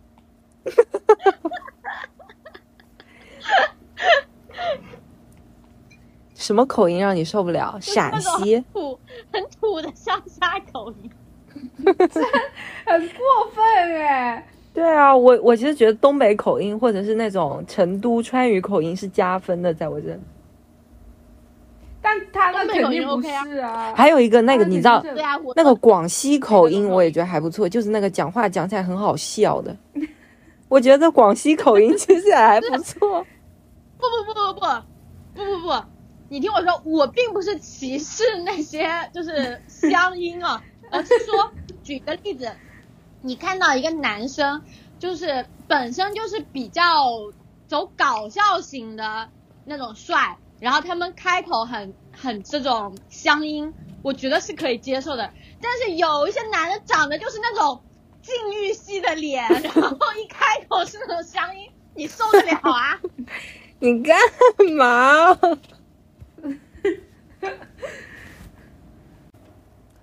什么口音让你受不了？陕西
很土很土的乡下口音。
很过分哎！
对啊，我我其实觉得东北口音或者是那种成都川渝口音是加分的，在我这里。
但他那肯定不是啊。
还有一个那个你知道，
对啊，
那个广西口音我也觉得还不错，就是那个讲话讲起来很好笑的。我觉得广西口音其实也还不错。
不不不不不不不不，你听我说，我并不是歧视那些就是乡音啊，而是说，举个例子，你看到一个男生，就是本身就是比较走搞笑型的那种帅，然后他们开口很很这种乡音，我觉得是可以接受的。但是有一些男的长得就是那种禁欲系的脸，然后一开口是那种乡音，你受得了啊？
你干嘛？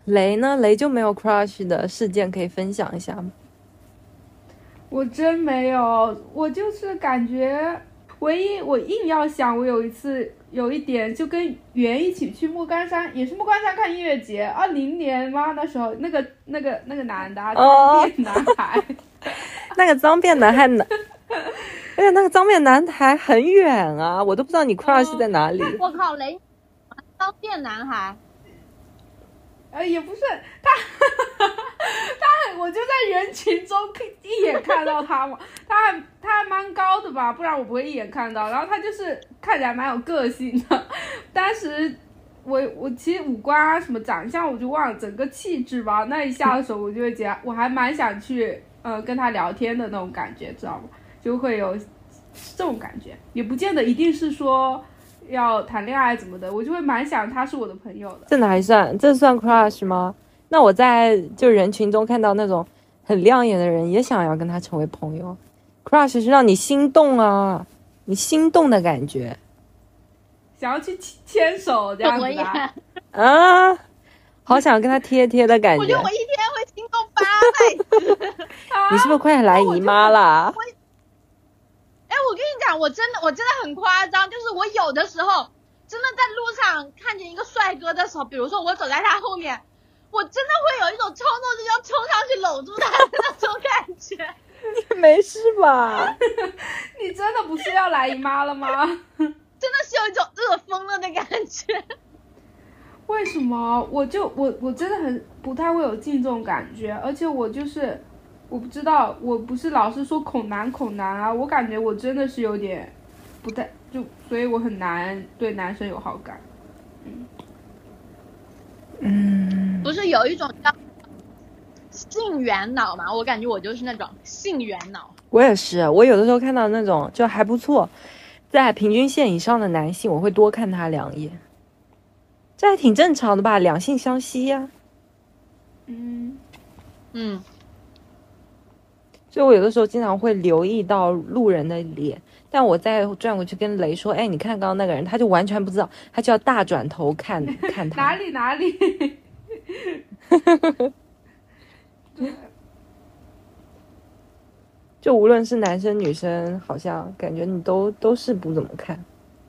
雷呢？雷就没有 crush 的事件可以分享一下吗？
我真没有，我就是感觉，唯一我硬要想，我有一次有一点就跟圆一起去莫干山，也是莫干山看音乐节，二零年吗？那时候那个那个那个男的，脏辫男孩，
那个脏辫男孩男，而且那个脏辫男孩很远啊，我都不知道你 crush 在哪里。
嗯、我靠，雷，脏辫男孩。
呃，也不是他，他，我就在人群中一眼看到他嘛，他还他还蛮高的吧，不然我不会一眼看到。然后他就是看起来蛮有个性的，当时我我其实五官啊什么长相我就忘了，整个气质吧，那一下的时候我就会觉得我还蛮想去呃跟他聊天的那种感觉，知道吗？就会有这种感觉，也不见得一定是说要谈恋爱怎么的，我就会蛮想他是我的朋友的。
这哪还算？这算 crush 吗？那我在就人群中看到那种很亮眼的人，也想要跟他成为朋友。crush 是让你心动啊，你心动的感觉，
想要去牵手这样子的啊，
啊好想跟他贴贴的感觉。
我觉得我一天会心动八百次。
你是不是快来姨妈啦？
哎，我跟你讲，我真的我真的很夸张，就是我有的时候真的在路上看见一个帅哥的时候，比如说我走在他后面，我真的会有一种冲动，就是要冲上去搂住他的那种感觉。
你没事吧？
你真的不是要来姨妈了吗？
真的是有一种饿疯了的感觉。
为什么？我就我我真的很不太会有进这种感觉，而且我就是我不知道，我不是老是说恐男恐男啊，我感觉我真的是有点不太就，所以我很难对男生有好感。嗯
嗯，
不是有一种叫性缘脑嘛？我感觉我就是那种性缘脑。
我也是，我有的时候看到那种就还不错，在平均线以上的男性，我会多看他两眼，这还挺正常的吧？两性相吸呀、啊。
嗯
嗯，
所以我有的时候经常会留意到路人的脸，但我再转过去跟雷说：“哎，你看刚刚那个人，他就完全不知道，他就要大转头看看他。”
哪里哪里？
就无论是男生女生，好像感觉你都都是不怎么看。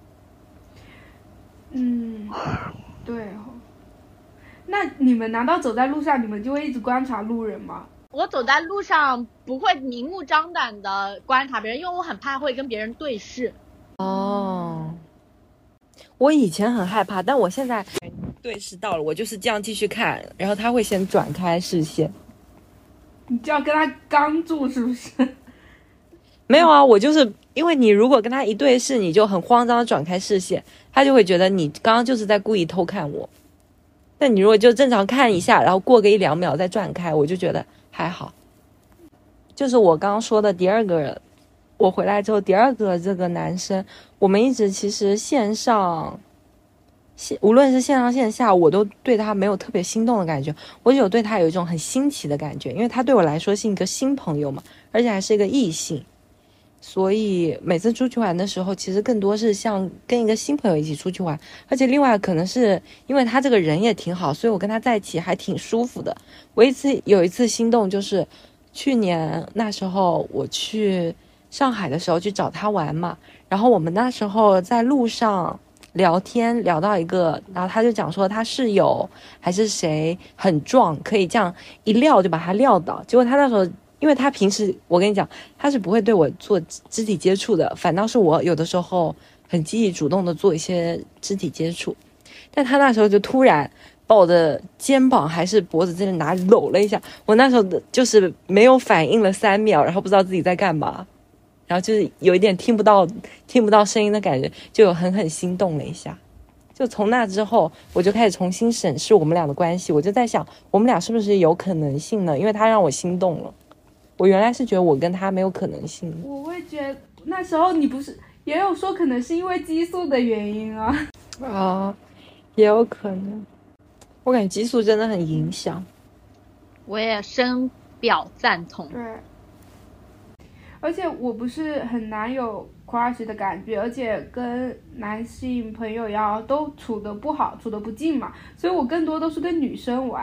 嗯，对哦。那你们难道走在路上，你们就会一直观察路人吗？
我走在路上不会明目张胆的观察别人，因为我很怕会跟别人对视。
哦，我以前很害怕，但我现在对视到了，我就是这样继续看，然后他会先转开视线。
你就要跟他刚住是不是？
没有啊，我就是因为你如果跟他一对视，你就很慌张的转开视线，他就会觉得你刚刚就是在故意偷看我。但你如果就正常看一下，然后过个一两秒再转开，我就觉得还好。就是我刚刚说的第二个，我回来之后第二个这个男生，我们一直其实线上线无论是线上线下，我都对他没有特别心动的感觉，我只有对他有一种很新奇的感觉，因为他对我来说是一个新朋友嘛，而且还是一个异性，所以每次出去玩的时候，其实更多是像跟一个新朋友一起出去玩，而且另外可能是因为他这个人也挺好，所以我跟他在一起还挺舒服的。我一次有一次心动就是去年那时候我去上海的时候去找他玩嘛，然后我们那时候在路上聊天聊到一个，然后他就讲说他室友还是谁很壮，可以这样一撂就把他撂倒。结果他那时候，因为他平时我跟你讲，他是不会对我做肢体接触的，反倒是我有的时候很积极主动的做一些肢体接触，但他那时候就突然把我的肩膀还是脖子这里哪里搂了一下，我那时候就是没有反应了三秒，然后不知道自己在干嘛。然后就是有一点听不到听不到声音的感觉，就有狠狠心动了一下。就从那之后，我就开始重新审视我们俩的关系。我就在想，我们俩是不是有可能性呢？因为他让我心动了。我原来是觉得我跟他没有可能性。
我会觉得那时候你不是也有说可能是因为激素的原因啊？
啊，也有可能。我感觉激素真的很影响。
我也深表赞同。
对。而且我不是很难有 crush 的感觉，而且跟男性朋友要都处得不好，处得不近嘛，所以我更多都是跟女生玩。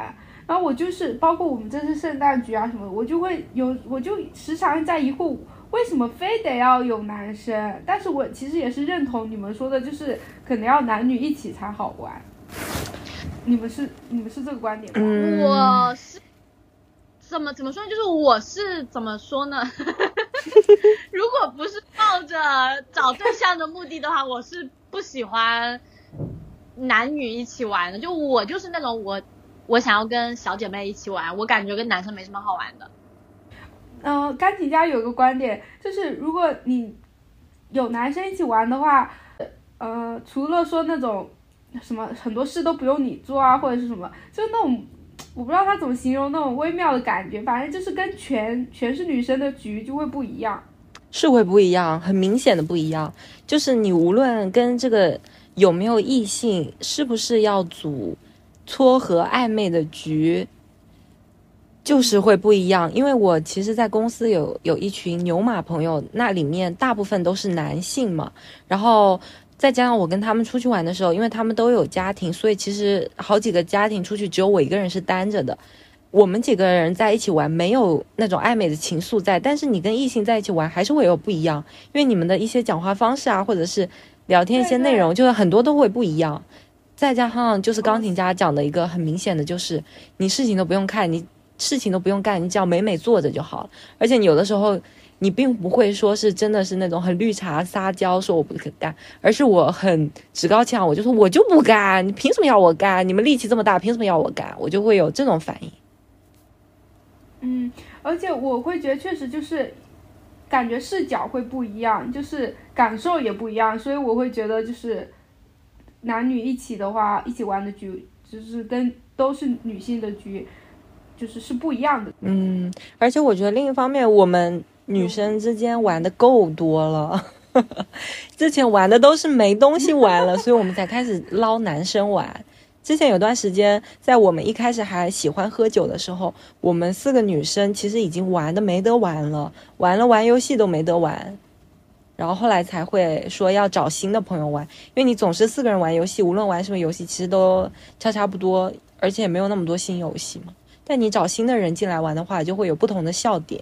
然后我就是包括我们这次圣诞局啊什么的，我就会有我就时常在疑惑为什么非得要有男生，但是我其实也是认同你们说的，就是可能要男女一起才好玩。你们是你们是这个观点吗？
嗯、我是怎么怎么说呢？就是我是怎么说呢？如果不是抱着找对象的目的的话，我是不喜欢男女一起玩的。就我就是那种我我想要跟小姐妹一起玩，我感觉跟男生没什么好玩的。
嗯、呃，甘婷家有个观点，就是如果你有男生一起玩的话，呃，除了说那种什么很多事都不用你做啊，或者是什么，就那种我不知道他怎么形容那种微妙的感觉，反正就是跟全全是女生的局就会不一样，
是会不一样，很明显的不一样。就是你无论跟这个有没有异性，是不是要组撮合暧昧的局，就是会不一样。因为我其实在公司有有一群牛马朋友，那里面大部分都是男性嘛，然后再加上我跟他们出去玩的时候，因为他们都有家庭，所以其实好几个家庭出去只有我一个人是单着的。我们几个人在一起玩没有那种暧昧的情愫在，但是你跟异性在一起玩还是会有不一样，因为你们的一些讲话方式啊，或者是聊天一些内容，就是很多都会不一样。再加上就是钢琴家讲的一个很明显的，就是你事情都不用看，你事情都不用干，你只要美美坐着就好了。而且你有的时候你并不会说是真的是那种很绿茶撒娇说我不肯干，而是我很趾高气扬，我就说我就不干，你凭什么要我干？你们力气这么大，凭什么要我干？我就会有这种反应。
嗯，而且我会觉得确实就是感觉视角会不一样，就是感受也不一样，所以我会觉得就是男女一起的话，一起玩的局就是跟都是女性的局就是是不一样的。
嗯，而且我觉得另一方面我们女生之间玩的够多了之前玩的都是没东西玩了所以我们才开始捞男生玩。之前有段时间在我们一开始还喜欢喝酒的时候，我们四个女生其实已经玩的没得玩了，玩了玩游戏都没得玩，然后后来才会说要找新的朋友玩，因为你总是四个人玩游戏，无论玩什么游戏其实都差差不多，而且也没有那么多新游戏嘛，但你找新的人进来玩的话就会有不同的笑点。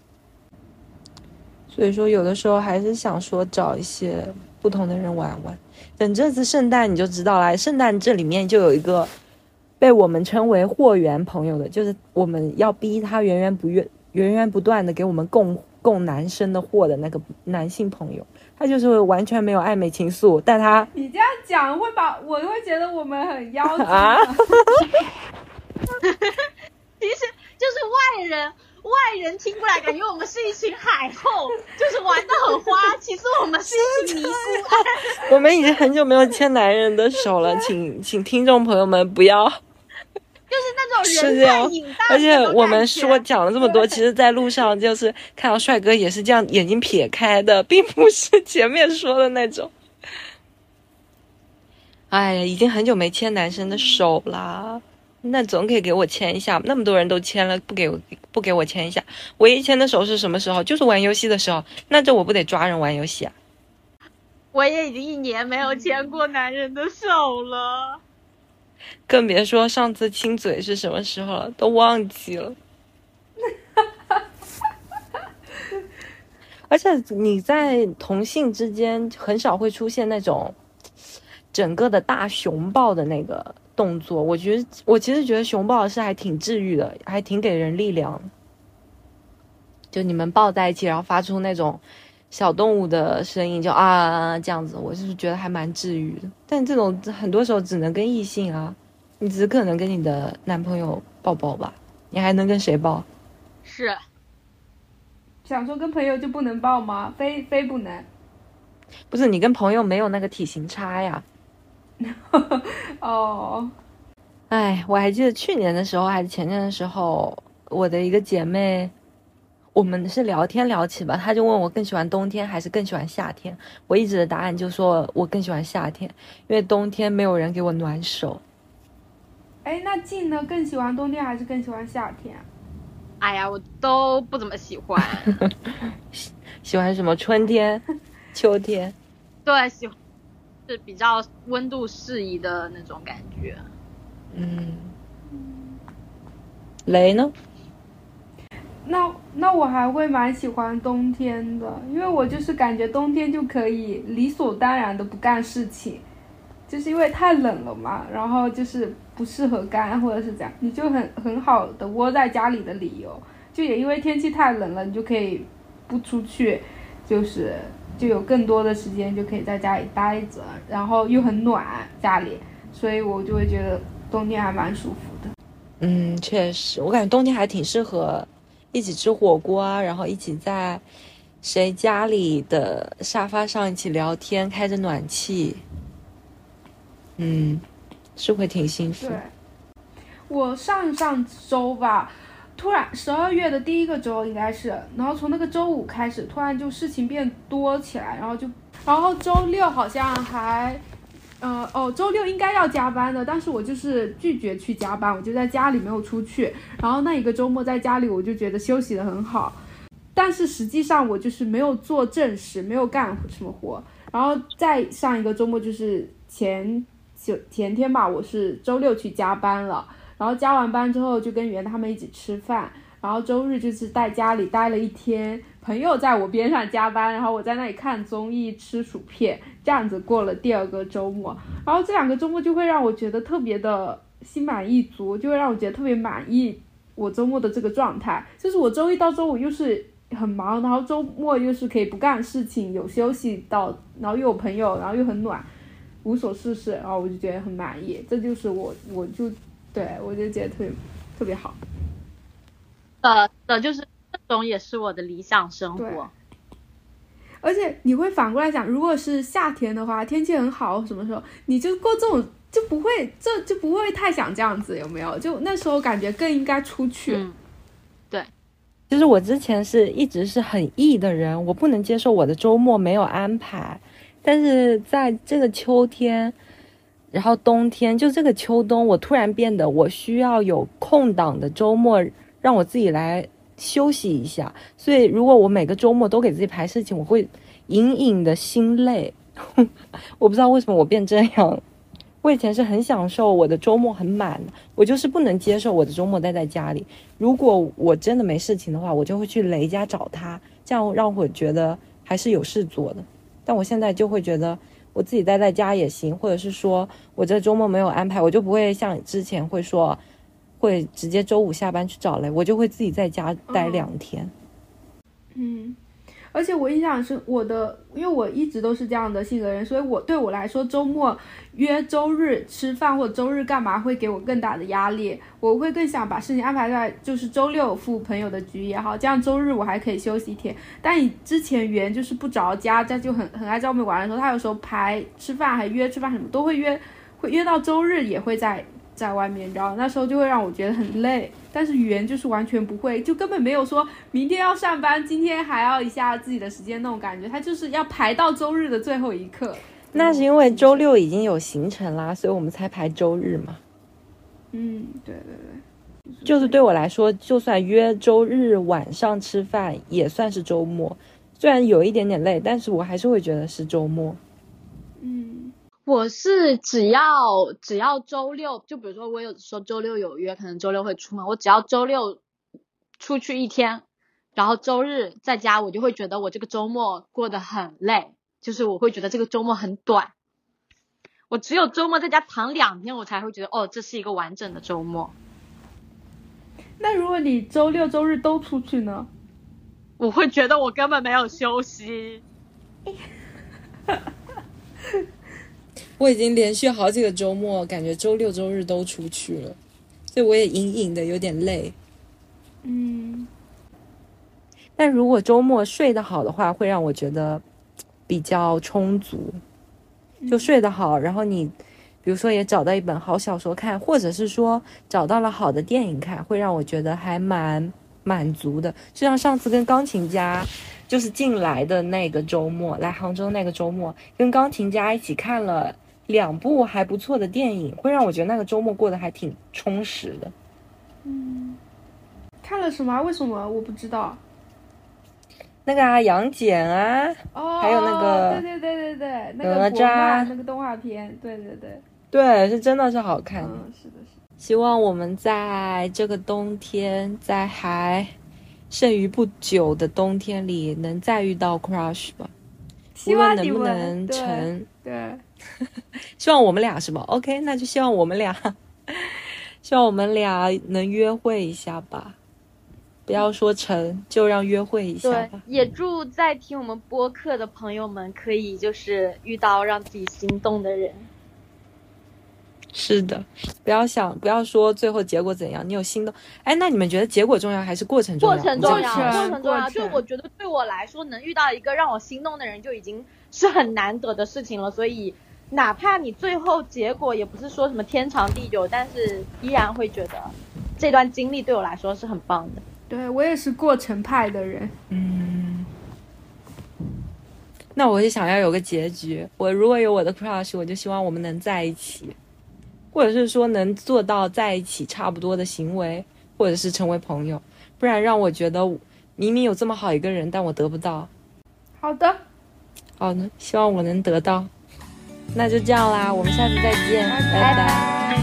所以说有的时候还是想说找一些不同的人玩玩。等这次圣诞你就知道了，圣诞这里面就有一个被我们称为货源朋友的，就是我们要逼他源源不源源源不断的给我们供供男生的货的那个男性朋友，他就是完全没有暧昧情愫，但他
你这样讲会把我会觉得我们很妖精
啊
其实就是外人外人听过来感觉我们是一群海后，就是玩得很花，其实我们是一群尼姑。
我们已经很久没有牵男人的手了，请请听众朋友们不要
就是那种人在瘾大，
而且我们说讲了这么多，其实在路上就是看到帅哥也是这样眼睛撇开的，并不是前面说的那种。哎呀，已经很久没牵男生的手啦，那总可以给我牵一下，那么多人都牵了，不给我不给我牵一下。唯一牵的手是什么时候？就是玩游戏的时候，那这我不得抓人玩游戏啊？
我也已经一年没有牵过男人的手了，
更别说上次亲嘴是什么时候了，都忘记了。而且你在同性之间很少会出现那种整个的大熊抱的那个动作，我觉得我其实觉得熊抱是还挺治愈的，还挺给人力量。就你们抱在一起，然后发出那种小动物的声音，就啊这样子，我就是觉得还蛮治愈的。但这种很多时候只能跟异性啊，你只可能跟你的男朋友抱抱吧，你还能跟谁抱？
是
想说跟朋友就不能抱吗？非非不能。
不是，你跟朋友没有那个体型差呀。
哦，
哎，我还记得去年的时候还是前年的时候，我的一个姐妹，我们是聊天聊起吧，她就问我更喜欢冬天还是更喜欢夏天，我一直的答案就说我更喜欢夏天，因为冬天没有人给我暖手。
哎，那静呢？更喜欢冬天还是更喜欢夏天？
哎呀，我都不怎么喜欢。
喜欢什么？春天、秋天？
对，喜欢是比较温度适宜的那种感觉。
嗯， 雷呢？
那那我还会蛮喜欢冬天的，因为我就是感觉冬天就可以理所当然的不干事情，就是因为太冷了嘛，然后就是不适合干或者是这样，你就很很好的窝在家里的理由，就也因为天气太冷了，你就可以不出去，就是就有更多的时间就可以在家里待着，然后又很暖家里，所以我就会觉得冬天还蛮舒服的。
嗯，确实，我感觉冬天还挺适合一起吃火锅啊，然后一起在谁家里的沙发上一起聊天，开着暖气，嗯，是会挺幸福。
对，我上上周吧，突然十二月的第一个周应该是，然后从那个周五开始，突然就事情变多起来，然后就，然后周六好像还，呃哦，周六应该要加班的，但是我就是拒绝去加班，我就在家里没有出去，然后那一个周末在家里我就觉得休息得很好，但是实际上我就是没有做正事，没有干什么活，然后再上一个周末就是前前天吧，我是周六去加班了。然后加完班之后就跟圆他们一起吃饭，然后周日就是在家里待了一天，朋友在我边上加班，然后我在那里看综艺吃薯片，这样子过了第二个周末。然后这两个周末就会让我觉得特别的心满意足，就会让我觉得特别满意我周末的这个状态，就是我周一到周五又是很忙，然后周末又是可以不干事情，有休息到，然后又有朋友，然后又很暖，无所事事，然后我就觉得很满意，这就是我我就对，我就觉得特别特别好。
呃的，就是这种也是我的理想生活。
而且你会反过来想，如果是夏天的话，天气很好，什么时候你就过这种就不会，这就不会太想这样子，有没有？就那时候感觉更应该出去。
嗯，对。
其实我之前是一直是很 E 的人，我不能接受我的周末没有安排，但是在这个秋天。然后冬天就这个秋冬，我突然变得我需要有空档的周末，让我自己来休息一下。所以如果我每个周末都给自己排事情，我会隐隐的心累。我不知道为什么我变这样。我以前是很享受我的周末很满，我就是不能接受我的周末待在家里。如果我真的没事情的话，我就会去雷家找他，这样让我觉得还是有事做的。但我现在就会觉得我自己待在家也行，或者是说我这周末没有安排，我就不会像之前会说会直接周五下班去找雷，我就会自己在家待两天。
嗯，而且我印象是我的，因为我一直都是这样的性格人，所以我对我来说周末约周日吃饭或者周日干嘛会给我更大的压力，我会更想把事情安排在就是周六赴朋友的局也好，这样周日我还可以休息一天。但你之前圆就是不着家，家就很很爱在外面玩的时候，他有时候排吃饭还约吃饭什么都会约，会约到周日也会在在外面，你知道那时候就会让我觉得很累。但是圆就是完全不会，就根本没有说明天要上班，今天还要一下自己的时间那种感觉，他就是要排到周日的最后一刻。
那是因为周六已经有行程啦，所以我们才排周日嘛。
嗯，对对对，
就是对我来说，就算约周日晚上吃饭也算是周末，虽然有一点点累，但是我还是会觉得是周末。
嗯，
我是只要只要周六，就比如说我有说周六有约，可能周六会出门，我只要周六出去一天，然后周日在家，我就会觉得我这个周末过得很累，就是我会觉得这个周末很短。我只有周末在家躺两天，我才会觉得哦，这是一个完整的周末。
那如果你周六周日都出去呢？
我会觉得我根本没有休息。
我已经连续好几个周末感觉周六周日都出去了，所以我也隐隐的有点累。
嗯，
但如果周末睡得好的话，会让我觉得比较充足，就睡得好，然后你比如说也找到一本好小说看，或者是说找到了好的电影看，会让我觉得还蛮满足的。就像上次跟钢琴家就是进来的那个周末，来杭州那个周末，跟钢琴家一起看了两部还不错的电影，会让我觉得那个周末过得还挺充实的。
嗯，看了什么？为什么我不知道？
那个啊，杨戬啊，
哦，
还有那个
对对对对对，那个
哪吒
国漫那个动画片，对对对，
对，是真的是好看的。
嗯，是的，是的。
希望我们在这个冬天，在还剩余不久的冬天里，能再遇到 crush 吧。
希望你
无论能
们
不能成，
对，对
希望我们俩是吧 ？OK， 那就希望我们俩，希望我们俩能约会一下吧。不要说成，就让约会一下
对
吧。，
也祝在听我们播客的朋友们可以就是遇到让自己心动的人。
是的，不要想，不要说最后结果怎样，你有心动。哎，那你们觉得结果重要还是过程重要？
过程重要，
过程
过程重要。
过程
就我觉得对我来说，能遇到一个让我心动的人，就已经是很难得的事情了。所以，哪怕你最后结果也不是说什么天长地久，但是依然会觉得这段经历对我来说是很棒的。
对，我也是过程派的人。
嗯，那我也想要有个结局。我如果有我的 crush，我就希望我们能在一起，或者是说能做到在一起差不多的行为，或者是成为朋友。不然让我觉得明明有这么好一个人，但我得不到。
好的，
好呢，希望我能得到。那就这样啦，我们下次再见，
拜
拜拜。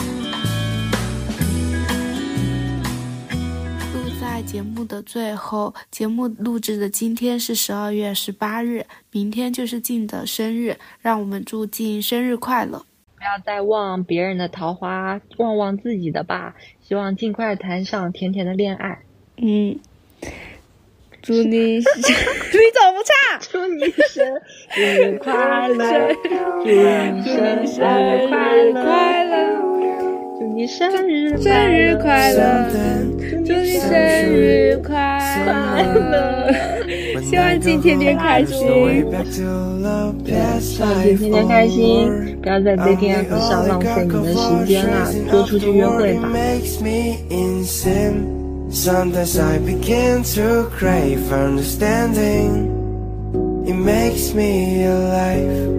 录在节目的最后，节目录制的今天是十二月十八日，明天就是静的生日，让我们祝静生日快乐。
不要再望别人的桃花，望望自己的吧。希望尽快谈上甜甜的恋爱。
嗯，祝你，你怎么不唱？
祝你生日快乐，祝你生日快乐，祝你生日
生日快乐，祝你生日快乐，希望静天天开心。
希望静天天开心，不要在 dating app 上浪费你的时间啦，多出去约会吧。
Sometimes I begin to crave understanding. It makes me alive.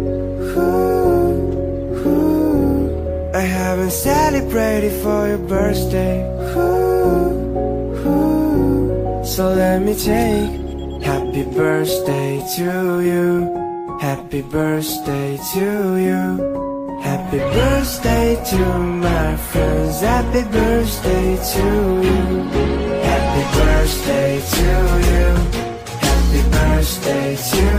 Ooh, ooh. I haven't celebrated for your birthday. Ooh, ooh. So let me take happy birthday to you. Happy birthday to you. Happy birthday to my friends. Happy birthday to you. Happy birthday to you. Happy birthday to